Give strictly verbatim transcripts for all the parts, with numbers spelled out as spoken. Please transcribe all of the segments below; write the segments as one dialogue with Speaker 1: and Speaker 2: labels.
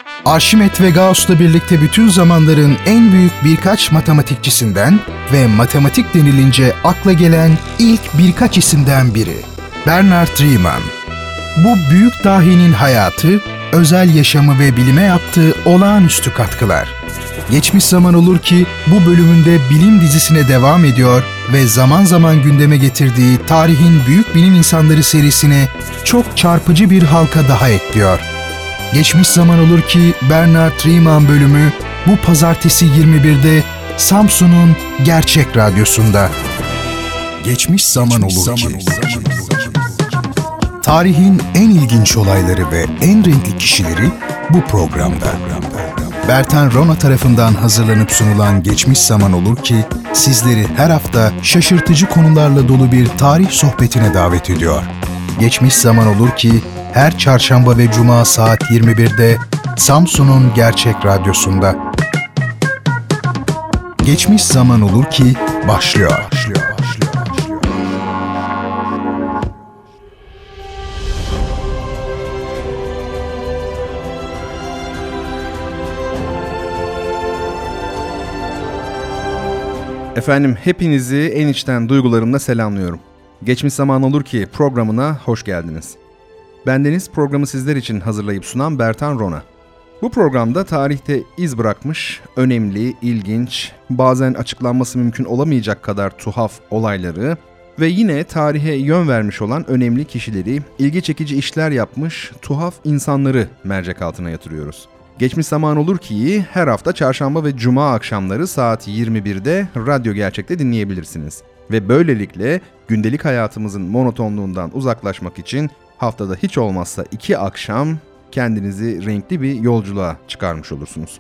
Speaker 1: Arşimet ve Gauss'la birlikte bütün zamanların en büyük birkaç matematikçisinden ve matematik denilince akla gelen ilk birkaç isimden biri. Bernard Riemann. Bu büyük dahinin hayatı, özel yaşamı ve bilime yaptığı olağanüstü katkılar. Geçmiş zaman olur ki bu bölümünde bilim dizisine devam ediyor ve zaman zaman gündeme getirdiği tarihin büyük bilim insanları serisine çok çarpıcı bir halka daha ekliyor. Geçmiş zaman olur ki Bernard Riemann bölümü bu pazartesi yirmi birde Samsun'un Gerçek Radyosu'nda. Geçmiş zaman olur zaman ki. Olur. Tarihin en ilginç olayları ve en renkli kişileri bu programda. Bertan Rona tarafından hazırlanıp sunulan Geçmiş Zaman Olur ki sizleri her hafta şaşırtıcı konularla dolu bir tarih sohbetine davet ediyor. Geçmiş Zaman Olur ki her çarşamba ve cuma saat yirmi birde Samsun'un Gerçek Radyosu'nda. Geçmiş Zaman Olur ki başlıyor. başlıyor.
Speaker 2: Efendim hepinizi en içten duygularımla selamlıyorum. Geçmiş Zaman Olur ki programına hoş geldiniz. Bendeniz programı sizler için hazırlayıp sunan Bertan Rona. Bu programda tarihte iz bırakmış, önemli, ilginç, bazen açıklanması mümkün olamayacak kadar tuhaf olayları ve yine tarihe yön vermiş olan önemli kişileri, ilgi çekici işler yapmış tuhaf insanları mercek altına yatırıyoruz. Geçmiş Zaman Olur ki'yi her hafta çarşamba ve cuma akşamları saat yirmi birde Radyo Gerçek'te dinleyebilirsiniz. Ve böylelikle gündelik hayatımızın monotonluğundan uzaklaşmak için haftada hiç olmazsa iki akşam kendinizi renkli bir yolculuğa çıkarmış olursunuz.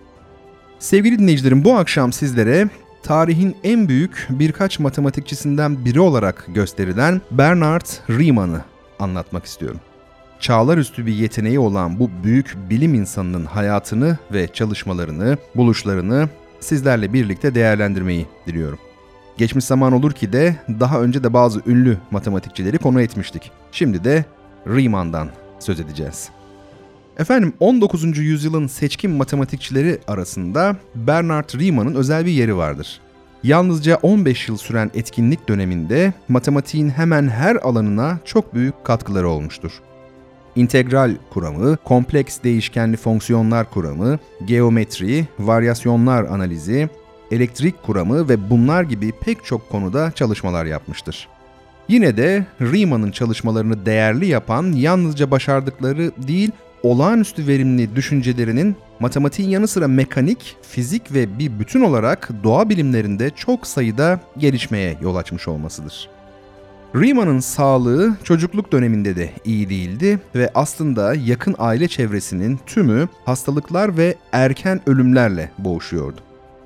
Speaker 2: Sevgili dinleyicilerim, bu akşam sizlere tarihin en büyük birkaç matematikçisinden biri olarak gösterilen Bernard Riemann'ı anlatmak istiyorum. Çağlarüstü bir yeteneği olan bu büyük bilim insanının hayatını ve çalışmalarını, buluşlarını sizlerle birlikte değerlendirmeyi diliyorum. Geçmiş Zaman Olur ki de daha önce de bazı ünlü matematikçileri konu etmiştik. Şimdi de Riemann'dan söz edeceğiz. Efendim on dokuzuncu yüzyılın seçkin matematikçileri arasında Bernard Riemann'ın özel bir yeri vardır. Yalnızca on beş yıl süren etkinlik döneminde matematiğin hemen her alanına çok büyük katkıları olmuştur. İntegral kuramı, kompleks değişkenli fonksiyonlar kuramı, geometri, varyasyonlar analizi, elektrik kuramı ve bunlar gibi pek çok konuda çalışmalar yapmıştır. Yine de Riemann'ın çalışmalarını değerli yapan yalnızca başardıkları değil, olağanüstü verimli düşüncelerinin matematiğin yanı sıra mekanik, fizik ve bir bütün olarak doğa bilimlerinde çok sayıda gelişmeye yol açmış olmasıdır. Riemann'ın sağlığı çocukluk döneminde de iyi değildi ve aslında yakın aile çevresinin tümü hastalıklar ve erken ölümlerle boğuşuyordu.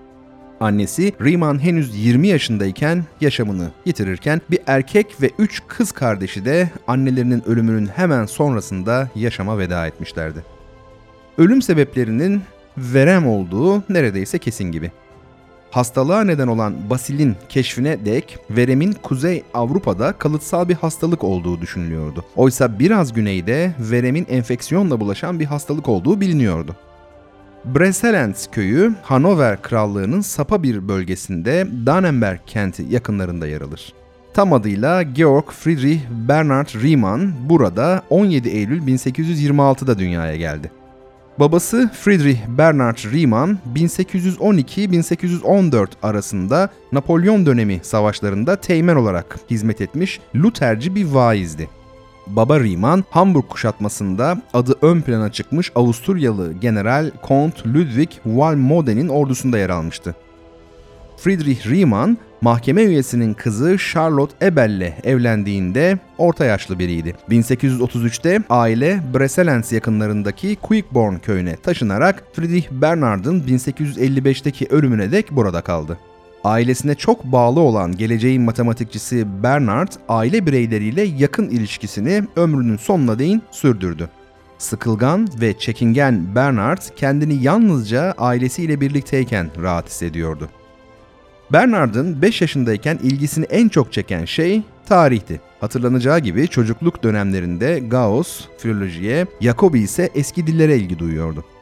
Speaker 2: Annesi Riemann henüz yirmi yaşındayken yaşamını yitirirken bir erkek ve üç kız kardeşi de annelerinin ölümünün hemen sonrasında yaşama veda etmişlerdi. Ölüm sebeplerinin verem olduğu neredeyse kesin gibi. Hastalığa neden olan basilin keşfine dek veremin Kuzey Avrupa'da kalıtsal bir hastalık olduğu düşünülüyordu. Oysa biraz güneyde veremin enfeksiyonla bulaşan bir hastalık olduğu biliniyordu. Breselens köyü Hanover Krallığı'nın Sapa bir bölgesinde Dannenberg kenti yakınlarında yer alır. Tam adıyla Georg Friedrich Bernhard Riemann burada on yedi Eylül bin sekiz yüz yirmi altıda dünyaya geldi. Babası Friedrich Bernhard Riemann bin sekiz yüz on iki bin sekiz yüz on dört arasında Napolyon dönemi savaşlarında teğmen olarak hizmet etmiş Lutherci bir vaizdi. Baba Riemann, Hamburg kuşatmasında adı ön plana çıkmış Avusturyalı General Kont Ludwig Walmoden'in ordusunda yer almıştı. Friedrich Riemann, mahkeme üyesinin kızı Charlotte Ebel'le evlendiğinde orta yaşlı biriydi. bin sekiz yüz otuz üçte aile Breselens yakınlarındaki Quickborn köyüne taşınarak Friedrich Bernhard'ın bin sekiz yüz elli beşteki ölümüne dek burada kaldı. Ailesine çok bağlı olan geleceğin matematikçisi Bernhard, aile bireyleriyle yakın ilişkisini ömrünün sonuna değin sürdürdü. Sıkılgan ve çekingen Bernhard kendini yalnızca ailesiyle birlikteyken rahat hissediyordu. Bernhard'ın beş yaşındayken ilgisini en çok çeken şey tarihti. Hatırlanacağı gibi çocukluk dönemlerinde Gauss filolojiye, Jacobi ise eski dillere ilgi duyuyordu.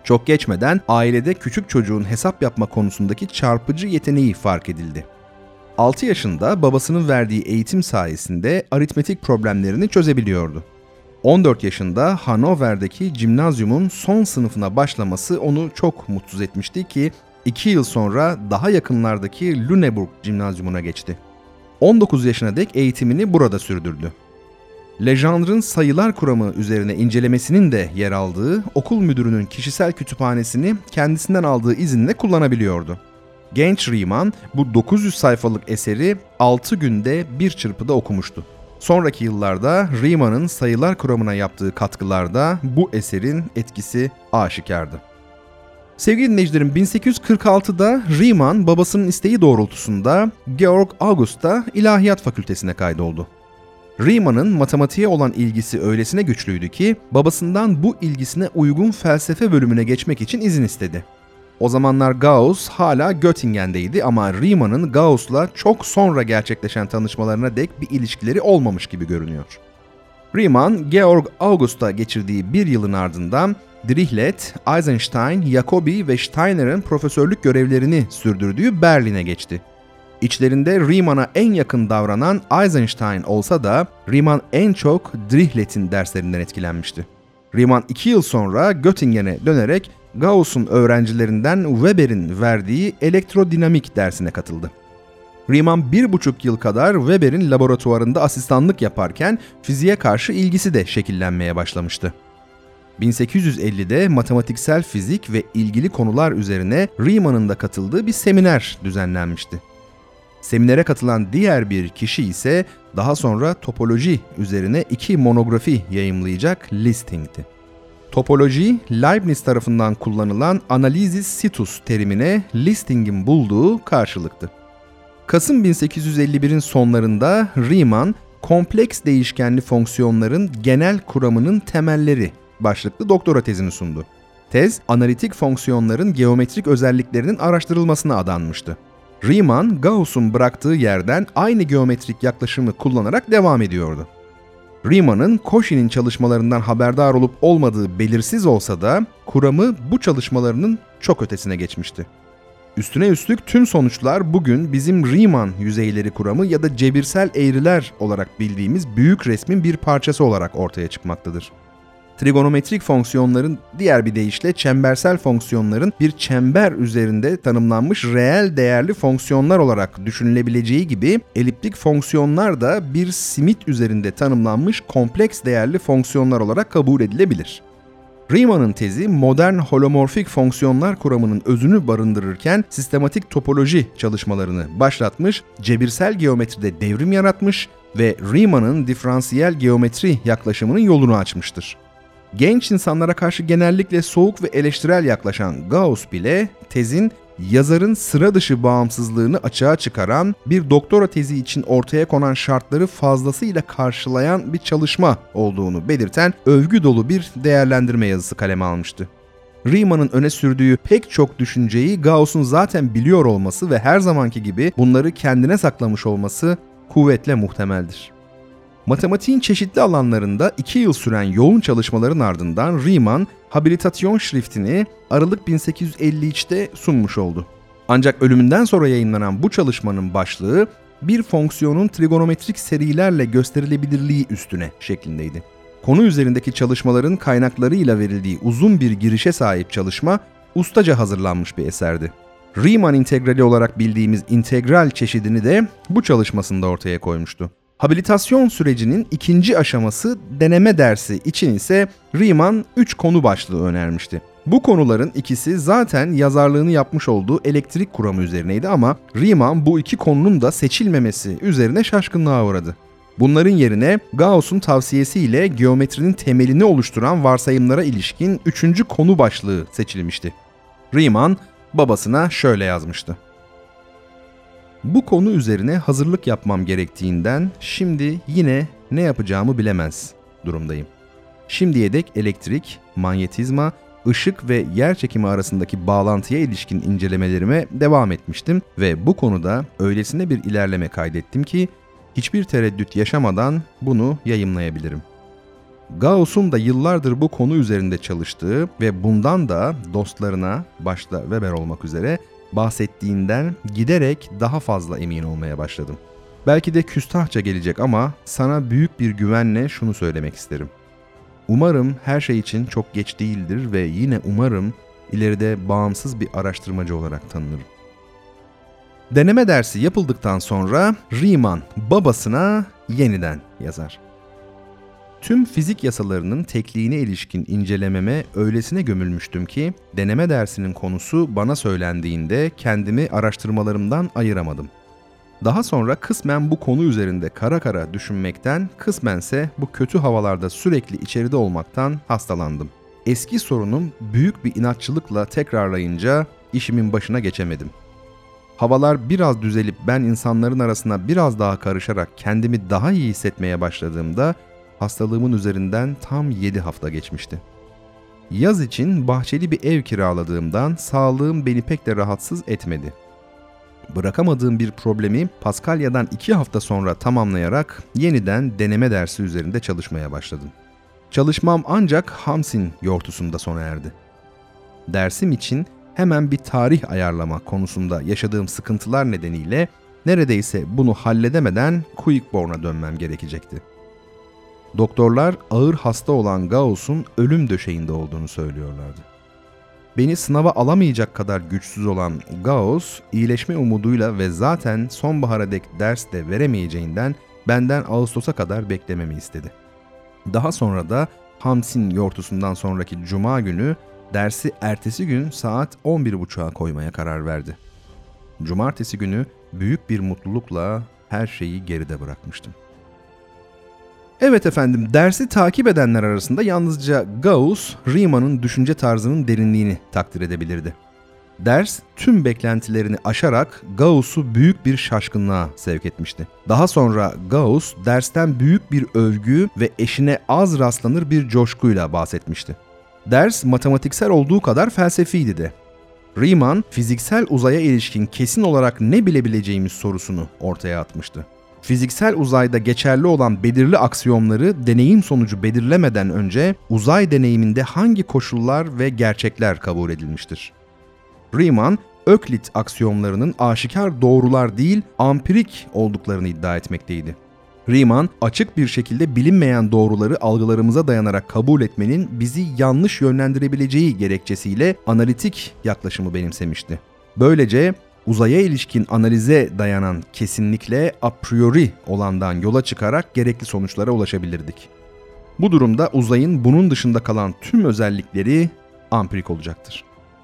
Speaker 2: Çok geçmeden ailede küçük çocuğun hesap yapma konusundaki çarpıcı yeteneği fark edildi. altı yaşında babasının verdiği eğitim sayesinde aritmetik problemlerini çözebiliyordu. on dört yaşında Hannover'deki Gimnazyumun son sınıfına başlaması onu çok mutsuz etmişti ki iki yıl sonra daha yakınlardaki Lüneburg Gimnazyumuna geçti. on dokuz yaşına dek eğitimini burada sürdürdü. Legendre'ın sayılar kuramı üzerine incelemesinin de yer aldığı okul müdürünün kişisel kütüphanesini kendisinden aldığı izinle kullanabiliyordu. Genç Riemann bu dokuz yüz sayfalık eseri altı günde bir çırpıda okumuştu. Sonraki yıllarda Riemann'ın sayılar kuramına yaptığı katkılarda bu eserin etkisi aşikardı. Sevgili dinleyicilerim, bin sekiz yüz kırk altıda Riemann babasının isteği doğrultusunda Georg August'a İlahiyat Fakültesine kaydoldu. Riemann'ın matematiğe olan ilgisi öylesine güçlüydü ki babasından bu ilgisine uygun felsefe bölümüne geçmek için izin istedi. O zamanlar Gauss hala Göttingen'deydi ama Riemann'ın Gauss'la çok sonra gerçekleşen tanışmalarına dek bir ilişkileri olmamış gibi görünüyor. Riemann, Georg August'a geçirdiği bir yılın ardından Dirichlet, Eisenstein, Jacobi ve Steiner'ın profesörlük görevlerini sürdürdüğü Berlin'e geçti. İçlerinde Riemann'a en yakın davranan Eisenstein olsa da Riemann en çok Dirichlet'in derslerinden etkilenmişti. Riemann iki yıl sonra Göttingen'e dönerek Gauss'un öğrencilerinden Weber'in verdiği elektrodinamik dersine katıldı. Riemann bir buçuk yıl kadar Weber'in laboratuvarında asistanlık yaparken fiziğe karşı ilgisi de şekillenmeye başlamıştı. bin sekiz yüz ellide matematiksel fizik ve ilgili konular üzerine Riemann'ın da katıldığı bir seminer düzenlenmişti. Seminere katılan diğer bir kişi ise daha sonra topoloji üzerine iki monografi yayımlayacak Listing'ti. Topoloji, Leibniz tarafından kullanılan analysis situs terimine Listing'in bulduğu karşılıktı. Kasım bin sekiz yüz elli birin sonlarında Riemann, kompleks değişkenli fonksiyonların genel kuramının temelleri başlıklı doktora tezini sundu. Tez, analitik fonksiyonların geometrik özelliklerinin araştırılmasına adanmıştı. Riemann, Gauss'un bıraktığı yerden aynı geometrik yaklaşımı kullanarak devam ediyordu. Riemann'ın Cauchy'nin çalışmalarından haberdar olup olmadığı belirsiz olsa da kuramı bu çalışmalarının çok ötesine geçmişti. Üstüne üstlük tüm sonuçlar bugün bizim Riemann yüzeyleri kuramı ya da cebirsel eğriler olarak bildiğimiz büyük resmin bir parçası olarak ortaya çıkmaktadır. Trigonometrik fonksiyonların, diğer bir deyişle çembersel fonksiyonların bir çember üzerinde tanımlanmış reel değerli fonksiyonlar olarak düşünülebileceği gibi eliptik fonksiyonlar da bir simit üzerinde tanımlanmış kompleks değerli fonksiyonlar olarak kabul edilebilir. Riemann'ın tezi modern holomorfik fonksiyonlar kuramının özünü barındırırken sistematik topoloji çalışmalarını başlatmış, cebirsel geometride devrim yaratmış ve Riemann'ın diferansiyel geometri yaklaşımının yolunu açmıştır. Genç insanlara karşı genellikle soğuk ve eleştirel yaklaşan Gauss bile tezin yazarın sıra dışı bağımsızlığını açığa çıkaran, bir doktora tezi için ortaya konan şartları fazlasıyla karşılayan bir çalışma olduğunu belirten övgü dolu bir değerlendirme yazısı kaleme almıştı. Riemann'ın öne sürdüğü pek çok düşünceyi Gauss'un zaten biliyor olması ve her zamanki gibi bunları kendine saklamış olması kuvvetle muhtemeldir. Matematiğin çeşitli alanlarında iki yıl süren yoğun çalışmaların ardından Riemann, habilitasyon şriftini Aralık bin sekiz yüz elli üçte sunmuş oldu. Ancak ölümünden sonra yayınlanan bu çalışmanın başlığı bir fonksiyonun trigonometrik serilerle gösterilebilirliği üstüne şeklindeydi. Konu üzerindeki çalışmaların kaynaklarıyla verildiği uzun bir girişe sahip çalışma, ustaca hazırlanmış bir eserdi. Riemann integrali olarak bildiğimiz integral çeşidini de bu çalışmasında ortaya koymuştu. Habilitasyon sürecinin ikinci aşaması deneme dersi için ise Riemann üç konu başlığı önermişti. Bu konuların ikisi zaten yazarlığını yapmış olduğu elektrik kuramı üzerineydi ama Riemann bu iki konunun da seçilmemesi üzerine şaşkınlığa uğradı. Bunların yerine Gauss'un tavsiyesiyle geometrinin temelini oluşturan varsayımlara ilişkin üçüncü konu başlığı seçilmişti. Riemann babasına şöyle yazmıştı: "Bu konu üzerine hazırlık yapmam gerektiğinden şimdi yine ne yapacağımı bilemez durumdayım. Şimdiye dek elektrik, manyetizma, ışık ve yerçekimi arasındaki bağlantıya ilişkin incelemelerime devam etmiştim ve bu konuda öylesine bir ilerleme kaydettim ki hiçbir tereddüt yaşamadan bunu yayımlayabilirim. Gauss'un da yıllardır bu konu üzerinde çalıştığı ve bundan da dostlarına, başta Weber olmak üzere, bahsettiğinden giderek daha fazla emin olmaya başladım. Belki de küstahça gelecek ama sana büyük bir güvenle şunu söylemek isterim. Umarım her şey için çok geç değildir ve yine umarım ileride bağımsız bir araştırmacı olarak tanınırım. Deneme dersi yapıldıktan sonra Riemann babasına yeniden yazar. Tüm fizik yasalarının tekliğine ilişkin incelememe öylesine gömülmüştüm ki deneme dersinin konusu bana söylendiğinde kendimi araştırmalarımdan ayıramadım. Daha sonra kısmen bu konu üzerinde kara kara düşünmekten, kısmense bu kötü havalarda sürekli içeride olmaktan hastalandım. Eski sorunum büyük bir inatçılıkla tekrarlayınca işimin başına geçemedim. Havalar biraz düzelip ben insanların arasına biraz daha karışarak kendimi daha iyi hissetmeye başladığımda hastalığımın üzerinden tam yedi hafta geçmişti. Yaz için bahçeli bir ev kiraladığımdan sağlığım beni pek de rahatsız etmedi. Bırakamadığım bir problemi Paskalya'dan iki hafta sonra tamamlayarak yeniden deneme dersi üzerinde çalışmaya başladım. Çalışmam ancak Hamsin yortusunda sona erdi. Dersim için hemen bir tarih ayarlama konusunda yaşadığım sıkıntılar nedeniyle neredeyse bunu halledemeden Quickborn'a dönmem gerekecekti. Doktorlar ağır hasta olan Gauss'un ölüm döşeğinde olduğunu söylüyorlardı. Beni sınava alamayacak kadar güçsüz olan Gauss, iyileşme umuduyla ve zaten sonbahara dek ders de veremeyeceğinden benden Ağustos'a kadar beklememi istedi. Daha sonra da Hamsin yortusundan sonraki cuma günü dersi ertesi gün saat on bir buçuğa koymaya karar verdi. Cumartesi günü büyük bir mutlulukla her şeyi geride bırakmıştım. Evet efendim, dersi takip edenler arasında yalnızca Gauss, Riemann'ın düşünce tarzının derinliğini takdir edebilirdi. Ders tüm beklentilerini aşarak Gauss'u büyük bir şaşkınlığa sevk etmişti. Daha sonra Gauss dersten büyük bir övgü ve eşine az rastlanır bir coşkuyla bahsetmişti. Ders matematiksel olduğu kadar felsefiydi de. Riemann, fiziksel uzaya ilişkin kesin olarak ne bilebileceğimiz sorusunu ortaya atmıştı. Fiziksel uzayda geçerli olan belirli aksiyomları deneyim sonucu belirlemeden önce uzay deneyiminde hangi koşullar ve gerçekler kabul edilmiştir? Riemann, Öklit aksiyomlarının aşikar doğrular değil, ampirik olduklarını iddia etmekteydi. Riemann, açık bir şekilde bilinmeyen doğruları algılarımıza dayanarak kabul etmenin bizi yanlış yönlendirebileceği gerekçesiyle analitik yaklaşımı benimsemişti. Böylece uzaya ilişkin analize dayanan kesinlikle a priori olandan yola çıkarak gerekli sonuçlara ulaşabilirdik. Bu durumda uzayın bunun dışında kalan tüm özellikleri ampirik olacaktır.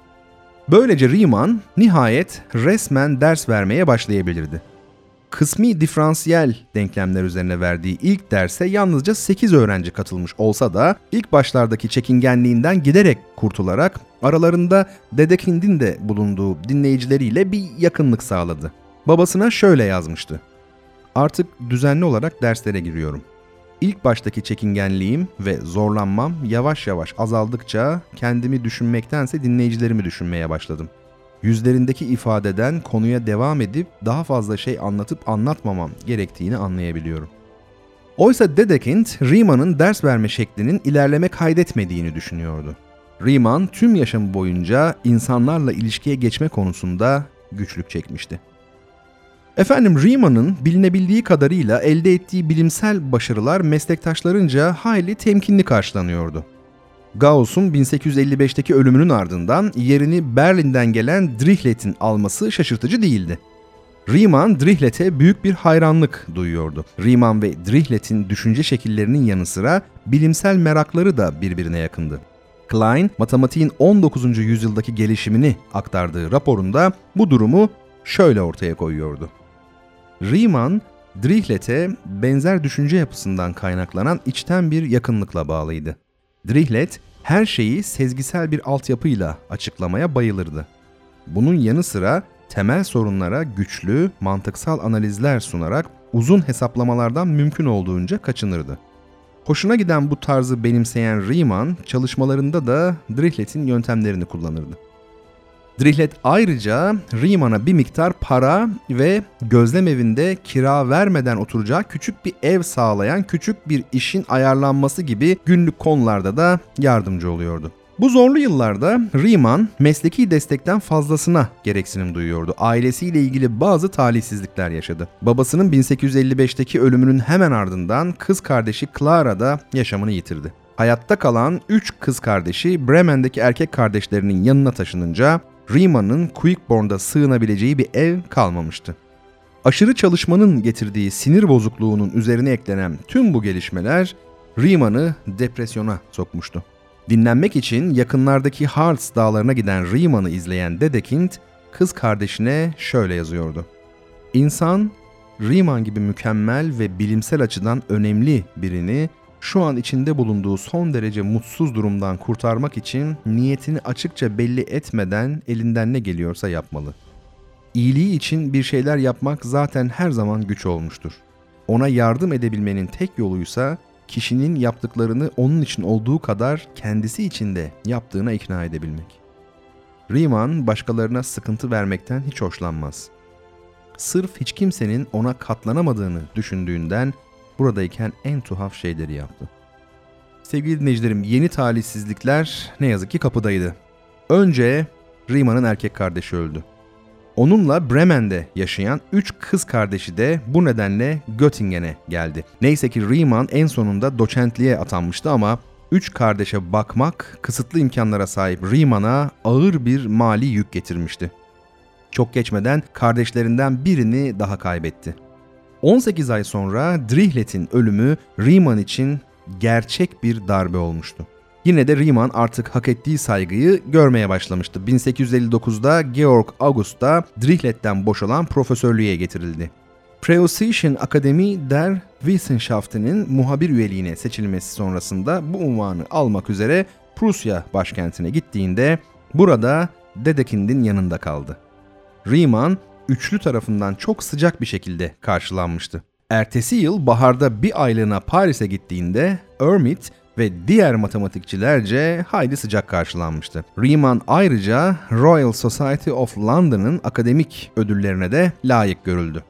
Speaker 2: Böylece Riemann nihayet resmen ders vermeye başlayabilirdi. Kısmi diferansiyel denklemler üzerine verdiği ilk derse yalnızca sekiz öğrenci katılmış olsa da ilk başlardaki çekingenliğinden giderek kurtularak aralarında Dedekind'in de bulunduğu dinleyicileriyle bir yakınlık sağladı. Babasına şöyle yazmıştı: "Artık düzenli olarak derslere giriyorum. İlk baştaki çekingenliğim ve zorlanmam yavaş yavaş azaldıkça kendimi düşünmektense dinleyicilerimi düşünmeye başladım. Yüzlerindeki ifadeden konuya devam edip daha fazla şey anlatıp anlatmamam gerektiğini anlayabiliyorum." Oysa Dedekind, Riemann'ın ders verme şeklinin ilerleme kaydetmediğini düşünüyordu. Riemann tüm yaşamı boyunca insanlarla ilişkiye geçme konusunda güçlük çekmişti. Efendim, Riemann'ın bilinebildiği kadarıyla elde ettiği bilimsel başarılar meslektaşlarınca hayli temkinli karşılanıyordu. Gauss'un bin sekiz yüz elli beşteki ölümünün ardından yerini Berlin'den gelen Dirichlet'in alması şaşırtıcı değildi. Riemann, Dirichlet'e büyük bir hayranlık duyuyordu. Riemann ve Dirichlet'in düşünce şekillerinin yanı sıra bilimsel merakları da birbirine yakındı. Klein, matematiğin on dokuzuncu yüzyıldaki gelişimini aktardığı raporunda bu durumu şöyle ortaya koyuyordu: Riemann, Dirichlet'e benzer düşünce yapısından kaynaklanan içten bir yakınlıkla bağlıydı. Dirichlet, her şeyi sezgisel bir altyapıyla açıklamaya bayılırdı. Bunun yanı sıra temel sorunlara güçlü, mantıksal analizler sunarak uzun hesaplamalardan mümkün olduğunca kaçınırdı. Hoşuna giden bu tarzı benimseyen Riemann, çalışmalarında da Dirichlet'in yöntemlerini kullanırdı. Drihlet ayrıca Riemann'a bir miktar para ve gözlem evinde kira vermeden oturacağı küçük bir ev sağlayan küçük bir işin ayarlanması gibi günlük konularda da yardımcı oluyordu. Bu zorlu yıllarda Riemann mesleki destekten fazlasına gereksinim duyuyordu. Ailesiyle ilgili bazı talihsizlikler yaşadı. Babasının bin sekiz yüz elli beşteki ölümünün hemen ardından kız kardeşi Clara da yaşamını yitirdi. Hayatta kalan üç kız kardeşi Bremen'deki erkek kardeşlerinin yanına taşınınca Riemann'ın Quickborn'da sığınabileceği bir ev kalmamıştı. Aşırı çalışmanın getirdiği sinir bozukluğunun üzerine eklenen tüm bu gelişmeler Riemann'ı depresyona sokmuştu. Dinlenmek için yakınlardaki Harz dağlarına giden Riemann'ı izleyen Dedekind, kız kardeşine şöyle yazıyordu. İnsan, Riemann gibi mükemmel ve bilimsel açıdan önemli birini şu an içinde bulunduğu son derece mutsuz durumdan kurtarmak için niyetini açıkça belli etmeden elinden ne geliyorsa yapmalı. İyiliği için bir şeyler yapmak zaten her zaman güç olmuştur. Ona yardım edebilmenin tek yoluysa kişinin yaptıklarını onun için olduğu kadar kendisi için de yaptığına ikna edebilmek. Riemann başkalarına sıkıntı vermekten hiç hoşlanmaz. Sırf hiç kimsenin ona katlanamadığını düşündüğünden buradayken en tuhaf şeyleri yaptı. Sevgili dinleyicilerim, yeni talihsizlikler ne yazık ki kapıdaydı. Önce Riemann'ın erkek kardeşi öldü. Onunla Bremen'de yaşayan üç kız kardeşi de bu nedenle Göttingen'e geldi. Neyse ki Riemann en sonunda doçentliğe atanmıştı ama üç kardeşe bakmak kısıtlı imkanlara sahip Riemann'a ağır bir mali yük getirmişti. Çok geçmeden kardeşlerinden birini daha kaybetti. on sekiz ay sonra Drihlet'in ölümü Riemann için gerçek bir darbe olmuştu. Yine de Riemann artık hak ettiği saygıyı görmeye başlamıştı. bin sekiz yüz elli dokuzda Georg August da Drihlet'ten boşalan profesörlüğe getirildi. Preußischen Akademie der Wissenschaften'in muhabir üyeliğine seçilmesi sonrasında bu unvanı almak üzere Prusya başkentine gittiğinde burada Dedekind'in yanında kaldı. Riemann üçlü tarafından çok sıcak bir şekilde karşılanmıştı. Ertesi yıl baharda bir aylığına Paris'e gittiğinde Hermite ve diğer matematikçilerce hayli sıcak karşılanmıştı. Riemann ayrıca Royal Society of London'ın akademik ödüllerine de layık görüldü.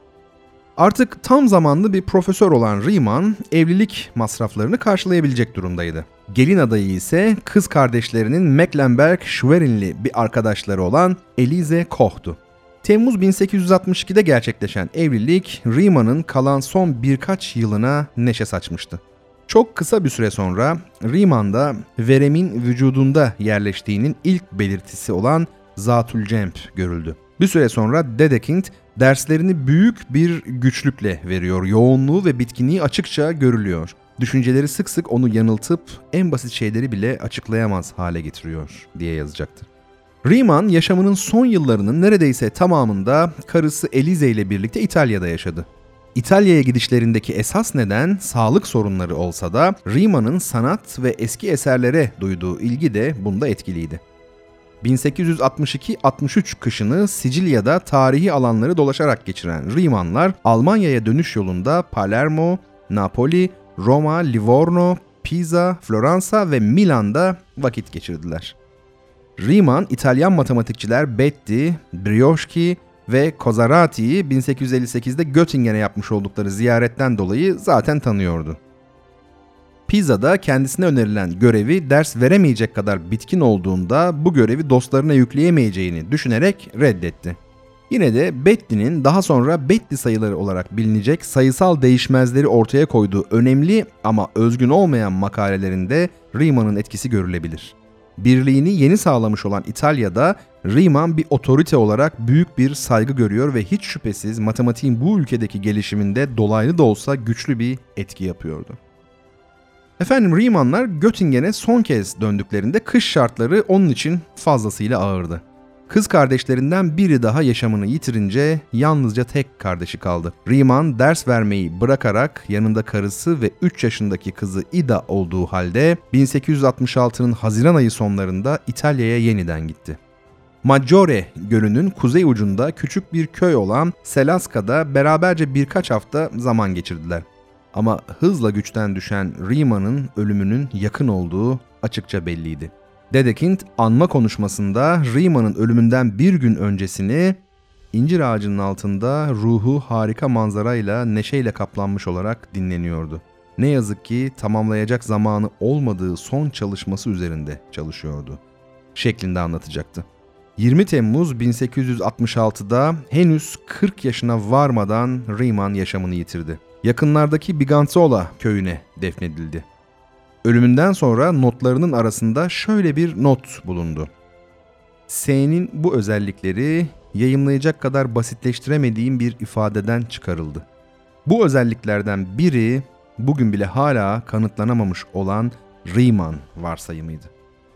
Speaker 2: Artık tam zamanlı bir profesör olan Riemann evlilik masraflarını karşılayabilecek durumdaydı. Gelin adayı ise kız kardeşlerinin Mecklenburg-Schwerin'li bir arkadaşları olan Elise Koch'tu. Temmuz bin sekiz yüz altmış ikide gerçekleşen evlilik Riemann'ın kalan son birkaç yılına neşe saçmıştı. Çok kısa bir süre sonra Riemann'da veremin vücudunda yerleştiğinin ilk belirtisi olan zatülcemp görüldü. Bir süre sonra Dedekind derslerini büyük bir güçlükle veriyor. Yoğunluğu ve bitkinliği açıkça görülüyor. Düşünceleri sık sık onu yanıltıp en basit şeyleri bile açıklayamaz hale getiriyor diye yazacaktı. Riemann yaşamının son yıllarının neredeyse tamamında karısı Elise ile birlikte İtalya'da yaşadı. İtalya'ya gidişlerindeki esas neden sağlık sorunları olsa da Riemann'ın sanat ve eski eserlere duyduğu ilgi de bunda etkiliydi. bin sekiz yüz altmış iki altmış üç kışını Sicilya'da tarihi alanları dolaşarak geçiren Riemann'lar Almanya'ya dönüş yolunda Palermo, Napoli, Roma, Livorno, Pisa, Floransa ve Milan'da vakit geçirdiler. Riemann, İtalyan matematikçiler Betti, Brioche ve Cosarati'yi bin sekiz yüz elli sekizde Göttingen'e yapmış oldukları ziyaretten dolayı zaten tanıyordu. Pisa'da kendisine önerilen görevi ders veremeyecek kadar bitkin olduğunda bu görevi dostlarına yükleyemeyeceğini düşünerek reddetti. Yine de Betti'nin daha sonra Betti sayıları olarak bilinecek sayısal değişmezleri ortaya koyduğu önemli ama özgün olmayan makalelerinde Riemann'ın etkisi görülebilir. Birliğini yeni sağlamış olan İtalya'da Riemann bir otorite olarak büyük bir saygı görüyor ve hiç şüphesiz matematiğin bu ülkedeki gelişiminde dolaylı da olsa güçlü bir etki yapıyordu. Efendim Riemann'lar Göttingen'e son kez döndüklerinde kış şartları onun için fazlasıyla ağırdı. Kız kardeşlerinden biri daha yaşamını yitirince yalnızca tek kardeşi kaldı. Riemann ders vermeyi bırakarak yanında karısı ve üç yaşındaki kızı Ida olduğu halde bin sekiz yüz altmış altının Haziran ayı sonlarında İtalya'ya yeniden gitti. Maggiore Gölü'nün kuzey ucunda küçük bir köy olan Selaska'da beraberce birkaç hafta zaman geçirdiler. Ama hızla güçten düşen Riemann'ın ölümünün yakın olduğu açıkça belliydi. Dedekind anma konuşmasında Riemann'ın ölümünden bir gün öncesini incir ağacının altında ruhu harika manzarayla neşeyle kaplanmış olarak dinleniyordu. Ne yazık ki tamamlayacak zamanı olmadığı son çalışması üzerinde çalışıyordu şeklinde anlatacaktı. yirmi Temmuz bin sekiz yüz altmış altıda henüz kırk yaşına varmadan Riemann yaşamını yitirdi. Yakınlardaki Biganzola köyüne defnedildi. Ölümünden sonra notlarının arasında şöyle bir not bulundu. S'nin bu özellikleri yayımlayacak kadar basitleştiremediğim bir ifadeden çıkarıldı. Bu özelliklerden biri bugün bile hala kanıtlanamamış olan Riemann varsayımıydı.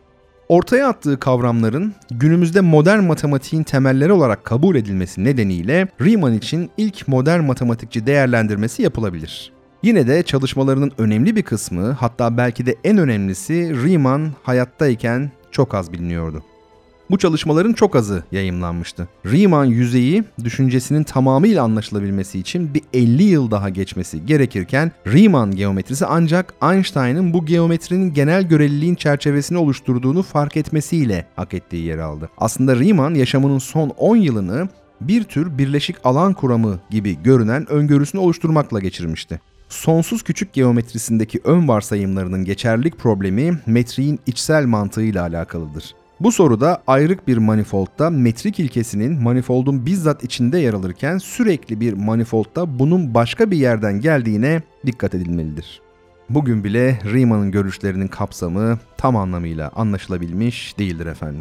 Speaker 2: Ortaya attığı kavramların günümüzde modern matematiğin temelleri olarak kabul edilmesi nedeniyle Riemann için ilk modern matematikçi değerlendirmesi yapılabilir. Yine de çalışmalarının önemli bir kısmı, hatta belki de en önemlisi Riemann hayattayken çok az biliniyordu. Bu çalışmaların çok azı yayımlanmıştı. Riemann yüzeyi düşüncesinin tamamıyla anlaşılabilmesi için bir elli yıl daha geçmesi gerekirken Riemann geometrisi ancak Einstein'ın bu geometrinin genel göreliliğin çerçevesini oluşturduğunu fark etmesiyle hak ettiği yeri aldı. Aslında Riemann yaşamının son on yılını bir tür birleşik alan kuramı gibi görünen öngörüsünü oluşturmakla geçirmişti. Sonsuz küçük geometrisindeki ön varsayımlarının geçerlilik problemi metriğin içsel mantığıyla alakalıdır. Bu soruda ayrık bir manifoldda metrik ilkesinin manifoldun bizzat içinde yer alırken sürekli bir manifoldda bunun başka bir yerden geldiğine dikkat edilmelidir. Bugün bile Riemann'ın görüşlerinin kapsamı tam anlamıyla anlaşılabilmiş değildir efendim.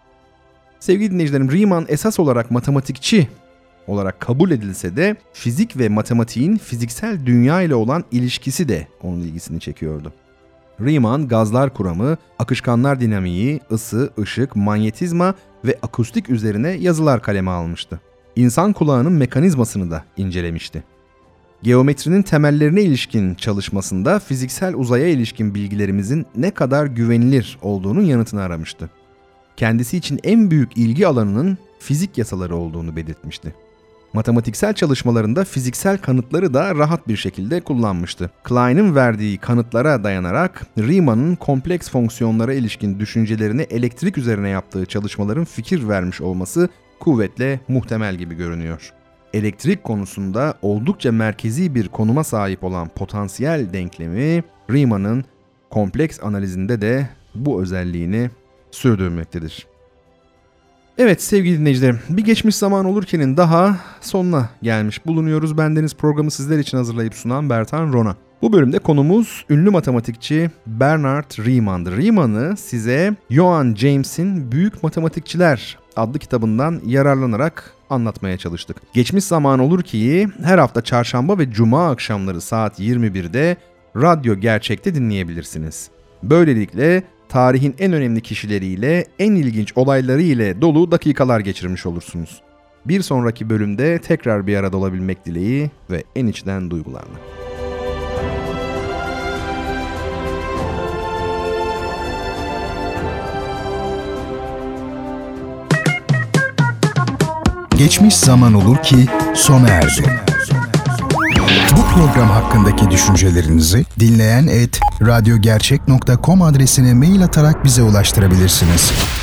Speaker 2: Sevgili dinleyicilerim, Riemann esas olarak matematikçi olarak kabul edilse de fizik ve matematiğin fiziksel dünya ile olan ilişkisi de onun ilgisini çekiyordu. Riemann gazlar kuramı, akışkanlar dinamiği, ısı, ışık, manyetizma ve akustik üzerine yazılar kaleme almıştı. İnsan kulağının mekanizmasını da incelemişti. Geometrinin temellerine ilişkin çalışmasında fiziksel uzaya ilişkin bilgilerimizin ne kadar güvenilir olduğunun yanıtını aramıştı. Kendisi için en büyük ilgi alanının fizik yasaları olduğunu belirtmişti. Matematiksel çalışmalarında fiziksel kanıtları da rahat bir şekilde kullanmıştı. Klein'in verdiği kanıtlara dayanarak Riemann'ın kompleks fonksiyonlara ilişkin düşüncelerini elektrik üzerine yaptığı çalışmaların fikir vermiş olması kuvvetle muhtemel gibi görünüyor. Elektrik konusunda oldukça merkezi bir konuma sahip olan potansiyel denklemi Riemann'ın kompleks analizinde de bu özelliğini sürdürmektedir. Evet sevgili dinleyicilerim, bir geçmiş zaman olurkenin daha sonuna gelmiş bulunuyoruz. Bendeniz programı sizler için hazırlayıp sunan Bertan Rona. Bu bölümde konumuz ünlü matematikçi Bernard Riemann'dı. Riemann'ı size Johann James'in Büyük Matematikçiler adlı kitabından yararlanarak anlatmaya çalıştık. Geçmiş zaman olur ki her hafta çarşamba ve cuma akşamları saat yirmi birde Radyo Gerçek'te dinleyebilirsiniz. Böylelikle tarihin en önemli kişileriyle, en ilginç olayları ile dolu dakikalar geçirmiş olursunuz. Bir sonraki bölümde tekrar bir arada olabilmek dileği ve en içten duygularla.
Speaker 1: Geçmiş zaman olur ki sona erdi. Bu program hakkındaki düşüncelerinizi dinleyen et radyogercek nokta com adresine mail atarak bize ulaştırabilirsiniz.